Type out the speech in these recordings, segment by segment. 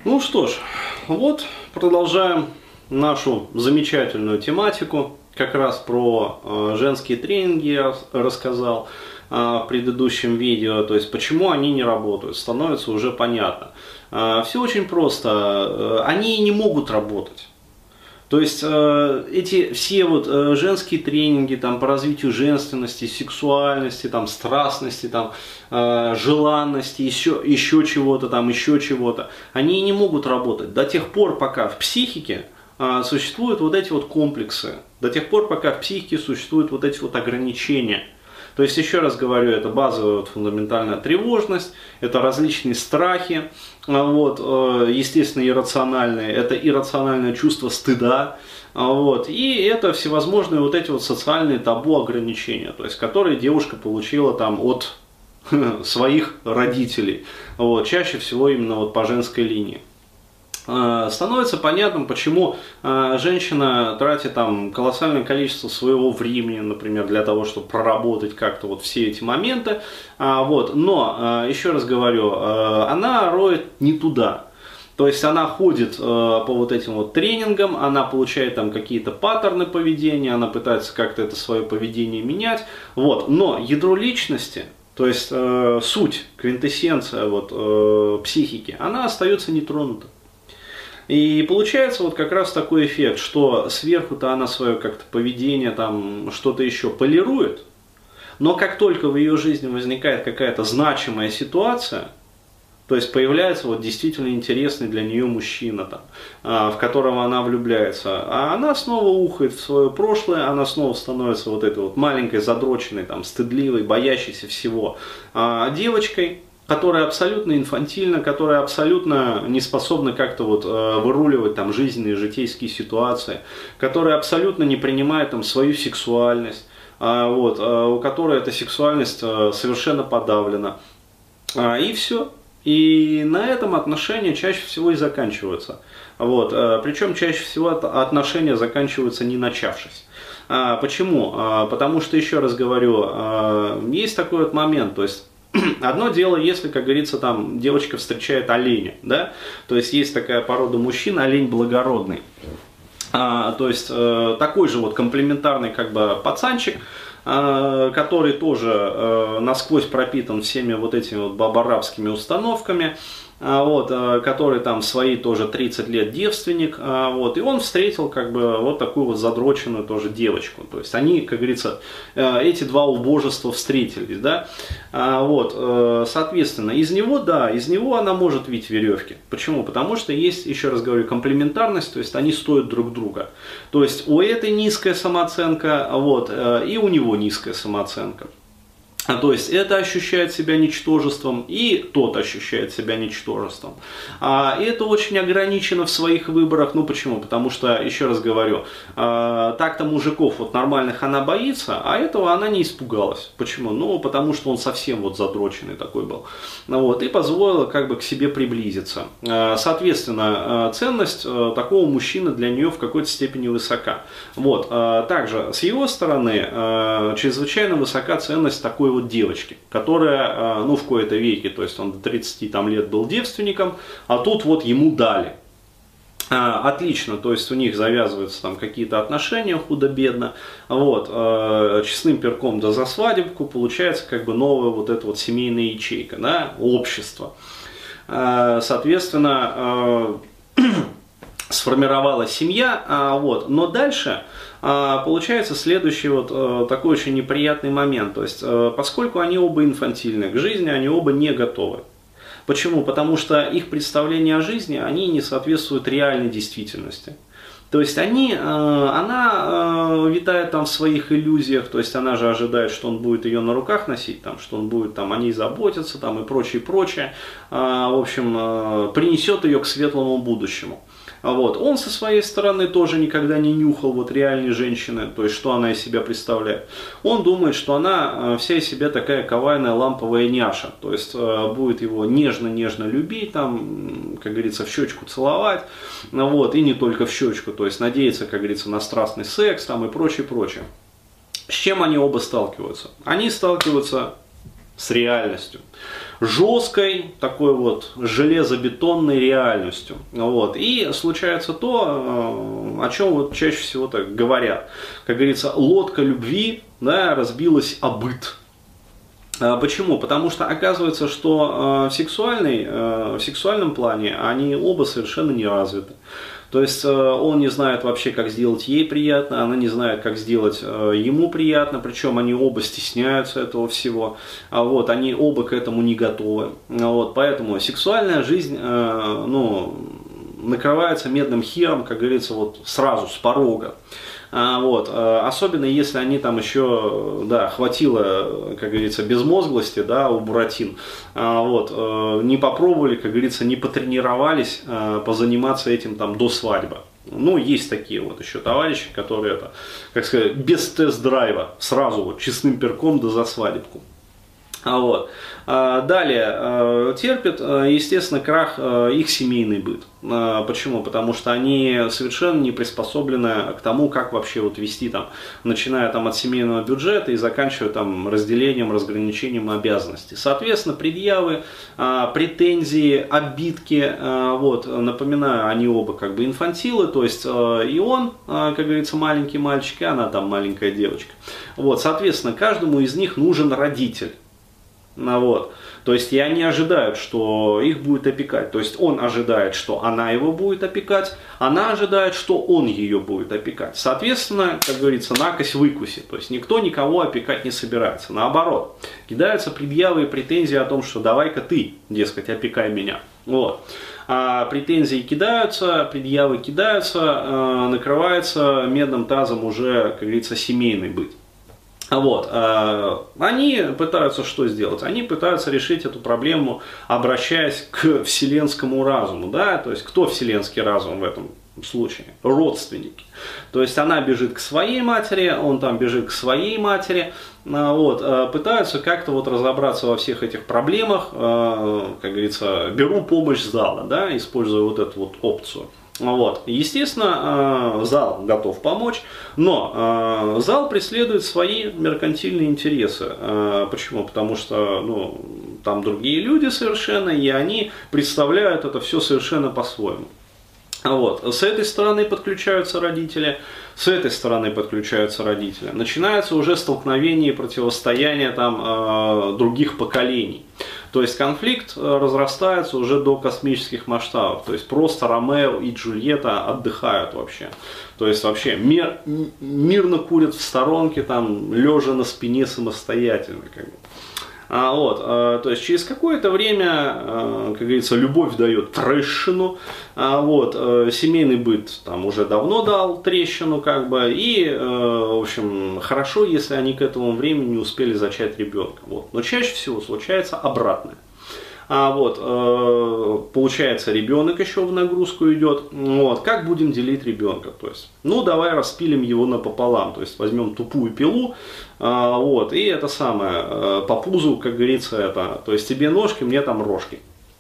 Ну что ж, вот продолжаем нашу замечательную тематику. Как раз про женские тренинги я рассказал в предыдущем видео. То есть, почему они не работают, становится уже понятно. Все очень просто. Они не могут работать. То есть эти все вот женские тренинги там, по развитию женственности, сексуальности, там, страстности, там, желанности, еще чего-то, там, еще чего-то, они не могут работать до тех пор, пока в психике существуют вот эти вот комплексы, до тех пор, пока в психике существуют вот эти вот ограничения. То есть, еще раз говорю, это базовая вот, фундаментальная тревожность, это различные страхи, вот, естественно, иррациональные, это иррациональное чувство стыда, вот, и это всевозможные вот эти вот социальные табу ограничения, то есть, которые девушка получила там от своих родителей, вот, чаще всего именно вот по женской линии. Становится понятным, почему женщина тратит там колоссальное количество своего времени, например, для того, чтобы проработать как-то вот все эти моменты. Вот. Но, еще раз говорю, она роет не туда. То есть она ходит по вот этим вот тренингам, она получает там какие-то паттерны поведения, она пытается как-то это свое поведение менять. Вот. Но ядро личности, то есть суть, квинтэссенция вот, психики, она остается нетронута. И получается вот как раз такой эффект, что сверху-то она свое как-то поведение, там что-то еще полирует, но как только в ее жизни возникает какая-то значимая ситуация, то есть появляется вот действительно интересный для нее мужчина, там, в которого она влюбляется, а она снова ухает в свое прошлое, она снова становится вот этой вот маленькой, задроченной, там, стыдливой, боящейся всего девочкой, которая абсолютно инфантильна, которая абсолютно не способна как-то вот выруливать там жизненные, житейские ситуации, которая абсолютно не принимает там свою сексуальность, вот, у которой эта сексуальность совершенно подавлена. И все. И на этом отношения чаще всего и заканчиваются. Вот. Причем чаще всего отношения заканчиваются не начавшись. Почему? Потому что, еще раз говорю, есть такой вот момент, то есть одно дело, если, как говорится, там девочка встречает оленя, да, то есть есть такая порода мужчин, олень благородный, то есть такой же вот комплементарный как бы пацанчик, который тоже насквозь пропитан всеми вот этими вот бабарабскими установками, вот, который там свои тоже 30 лет девственник, вот, и он встретил как бы вот такую вот задроченную тоже девочку, то есть они, как говорится, эти два убожества встретились, да, вот, соответственно, из него, да, из него она может вить веревки. Почему? Потому что есть, еще раз говорю, комплементарность, то есть они стоят друг друга, то есть у этой низкая самооценка, вот, и у него низкая самооценка. То есть это ощущает себя ничтожеством, и тот ощущает себя ничтожеством. И это очень ограничено в своих выборах. Ну почему? Потому что, еще раз говорю, так-то мужиков вот нормальных она боится, а этого она не испугалась. Почему? Ну потому что он совсем вот задроченный такой был. Вот, и позволила как бы к себе приблизиться. Соответственно, ценность такого мужчины для нее в какой-то степени высока. Вот. Также с его стороны чрезвычайно высока ценность такой вот девочки, которая, ну, в кои-то веки, то есть он до 30 там, лет был девственником, а тут вот ему дали. Отлично, то есть у них завязываются там какие-то отношения худо-бедно, вот, честным перком да за свадебку получается как бы новая вот эта вот семейная ячейка, да, общество. Соответственно, сформировалась семья, вот, но дальше получается следующий вот такой очень неприятный момент, то есть поскольку они оба инфантильны, к жизни они оба не готовы. Почему? Потому что их представления о жизни, они не соответствуют реальной действительности. То есть она витает там в своих иллюзиях, то есть она же ожидает, что он будет ее на руках носить, там, что он будет там, о ней заботиться там, и прочее, прочее. В общем, принесет ее к светлому будущему. Вот. Он со своей стороны тоже никогда не нюхал вот реальной женщины, то есть что она из себя представляет. Он думает, что она вся из себя такая кавайная ламповая няша, то есть будет его нежно-нежно любить, там, как говорится, в щечку целовать, вот, и не только в щечку, то есть надеяться, как говорится, на страстный секс там, и прочее, прочее. С чем они оба сталкиваются? Они сталкиваются с реальностью. жесткой, такой вот железобетонной реальностью. Вот. И случается то, о чем вот чаще всего так говорят. Как говорится, лодка любви, да, разбилась о быт. Почему? Потому что оказывается, что в сексуальном плане они оба совершенно не развиты. То есть он не знает вообще, как сделать ей приятно, она не знает, как сделать ему приятно, причем они оба стесняются этого всего, вот, они оба к этому не готовы. Вот, поэтому сексуальная жизнь накрывается медным хером, как говорится, вот сразу, с порога. Вот. Особенно если они там еще, да, хватило, как говорится, безмозглости, да, у буратин, вот, не попробовали, как говорится, не потренировались позаниматься этим там до свадьбы. Ну, есть такие вот еще товарищи, которые это, как сказать, без тест-драйва, сразу вот честным перком да за свадебку. Вот. Далее терпит, естественно, крах их семейный быт. Почему? Потому что они совершенно не приспособлены к тому, как вообще вот вести там, начиная там от семейного бюджета и заканчивая там разделением, разграничением обязанностей. Соответственно, предъявы, претензии, обидки, вот, напоминаю, они оба как бы инфантилы, то есть и он, как говорится, маленький мальчик, и она там маленькая девочка. Вот, соответственно, каждому из них нужен родитель. Вот. То есть и они ожидают, что их будет опекать. То есть он ожидает, что она его будет опекать, она ожидает, что он ее будет опекать. Соответственно, как говорится, накось-выкуси. То есть никто никого опекать не собирается. Наоборот, кидаются предъявы и претензии о том, что давай-ка ты, дескать, опекай меня. Вот. А претензии кидаются, предъявы кидаются, накрывается медным тазом уже, как говорится, семейный быт. Вот. Они пытаются что сделать? Они пытаются решить эту проблему, обращаясь к вселенскому разуму. Да? То есть, кто вселенский разум в этом случае? Родственники. То есть, она бежит к своей матери, он там бежит к своей матери. Вот. Пытаются как-то вот разобраться во всех этих проблемах. Как говорится, беру помощь зала, да? Используя вот эту вот опцию. Вот. Естественно, зал готов помочь, но зал преследует свои меркантильные интересы. Почему? Потому что там другие люди совершенно, и они представляют это все совершенно по-своему. Вот. С этой стороны подключаются родители, с этой стороны подключаются родители. Начинается уже столкновение и противостояние там, других поколений. То есть конфликт разрастается уже до космических масштабов. То есть просто Ромео и Джульетта отдыхают вообще. То есть вообще мирно курят в сторонке, там, лежа на спине самостоятельно. Как бы. То есть через какое-то время, как говорится, любовь дает трещину, семейный быт там уже давно дал трещину, как бы, и, в общем, хорошо, если они к этому времени не успели зачать ребенка. Вот. Но чаще всего случается обратное. Получается, ребенок еще в нагрузку идет. Вот, как будем делить ребенка? То есть, давай распилим его напополам. То есть, возьмем тупую пилу, и это самое, по пузу, как говорится, это. То есть, тебе ножки, мне там рожки.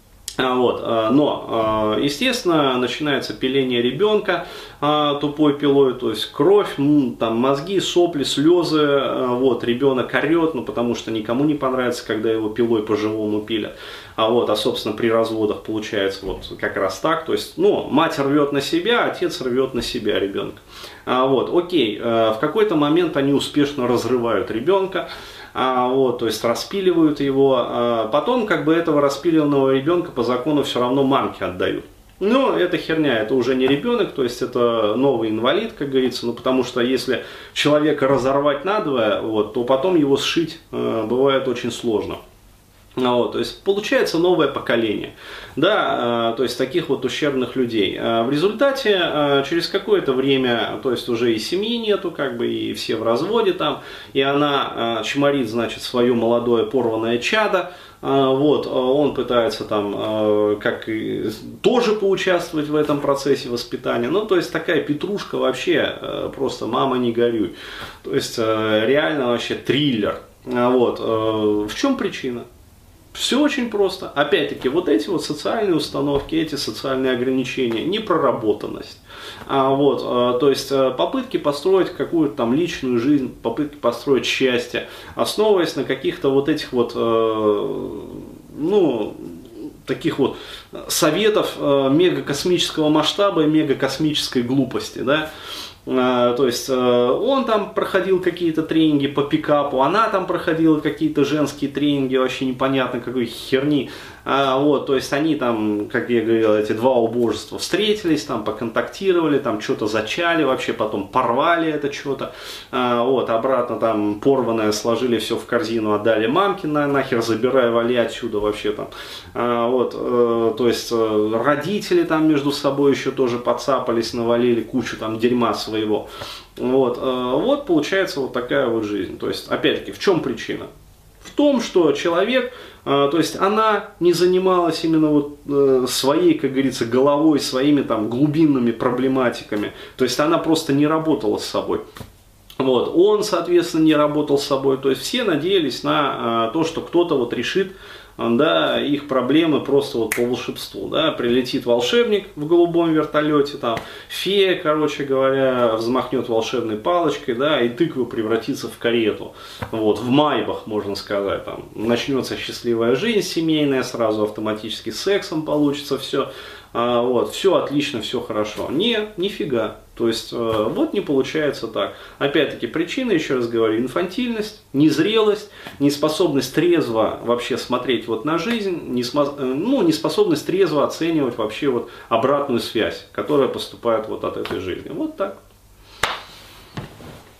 Но, естественно, начинается пиление ребенка тупой пилой, то есть кровь, там мозги, сопли, слезы, ребенок орет, потому что никому не понравится, когда его пилой по-живому пилят. Собственно, при разводах получается вот как раз так, то есть, мать рвет на себя, отец рвет на себя ребенка. Окей, в какой-то момент они успешно разрывают ребенка. То есть распиливают его, потом как бы этого распиленного ребенка по закону все равно мамке отдают. Но это херня, это уже не ребенок, то есть это новый инвалид, как говорится, потому что если человека разорвать надвое, то потом его сшить бывает очень сложно. То есть получается новое поколение, да, то есть таких вот ущербных людей. В результате через какое-то время, то есть уже и семьи нету, как бы, и все в разводе там, и она чморит, значит, свое молодое порванное чадо. Он пытается там тоже поучаствовать в этом процессе воспитания. То есть такая петрушка вообще, просто мама не горюй. То есть реально вообще триллер. В чем причина? Все очень просто. Опять-таки, вот эти вот социальные установки, эти социальные ограничения, непроработанность. То есть попытки построить какую-то там личную жизнь, попытки построить счастье, основываясь на каких-то вот этих вот ну, таких вот советов мегакосмического масштаба и мегакосмической глупости, да. То есть он там проходил какие-то тренинги по пикапу, она там проходила какие-то женские тренинги, вообще непонятно какой херни. Вот, то есть они там, как я говорил, эти два убожества встретились, там поконтактировали, там что-то зачали, вообще потом порвали это что-то. Вот, обратно там порванное сложили все в корзину, отдали мамке нахер, забирай, вали отсюда вообще там. Вот, то есть родители там между собой еще тоже подцапались, навалили кучу там дерьма своего. Вот, вот получается вот такая вот жизнь. То есть, опять-таки, в чем причина? В том, что человек, то есть она не занималась именно вот своей, как говорится, головой, своими там глубинными проблематиками. То есть она просто не работала с собой. Вот. Он, соответственно, не работал с собой. То есть все надеялись на то, что кто-то вот решит, да, их проблемы просто вот по волшебству, да, прилетит волшебник в голубом вертолете, там, фея, короче говоря, взмахнет волшебной палочкой, да, и тыква превратится в карету, вот, в Майбах, можно сказать, там, начнется счастливая жизнь семейная, сразу автоматически с сексом получится все, вот, все отлично, все хорошо. Нифига. То есть, вот не получается так. Опять-таки, причина, еще раз говорю, инфантильность, незрелость, неспособность трезво вообще смотреть вот на жизнь, неспособность трезво оценивать вообще вот обратную связь, которая поступает вот от этой жизни. Вот так.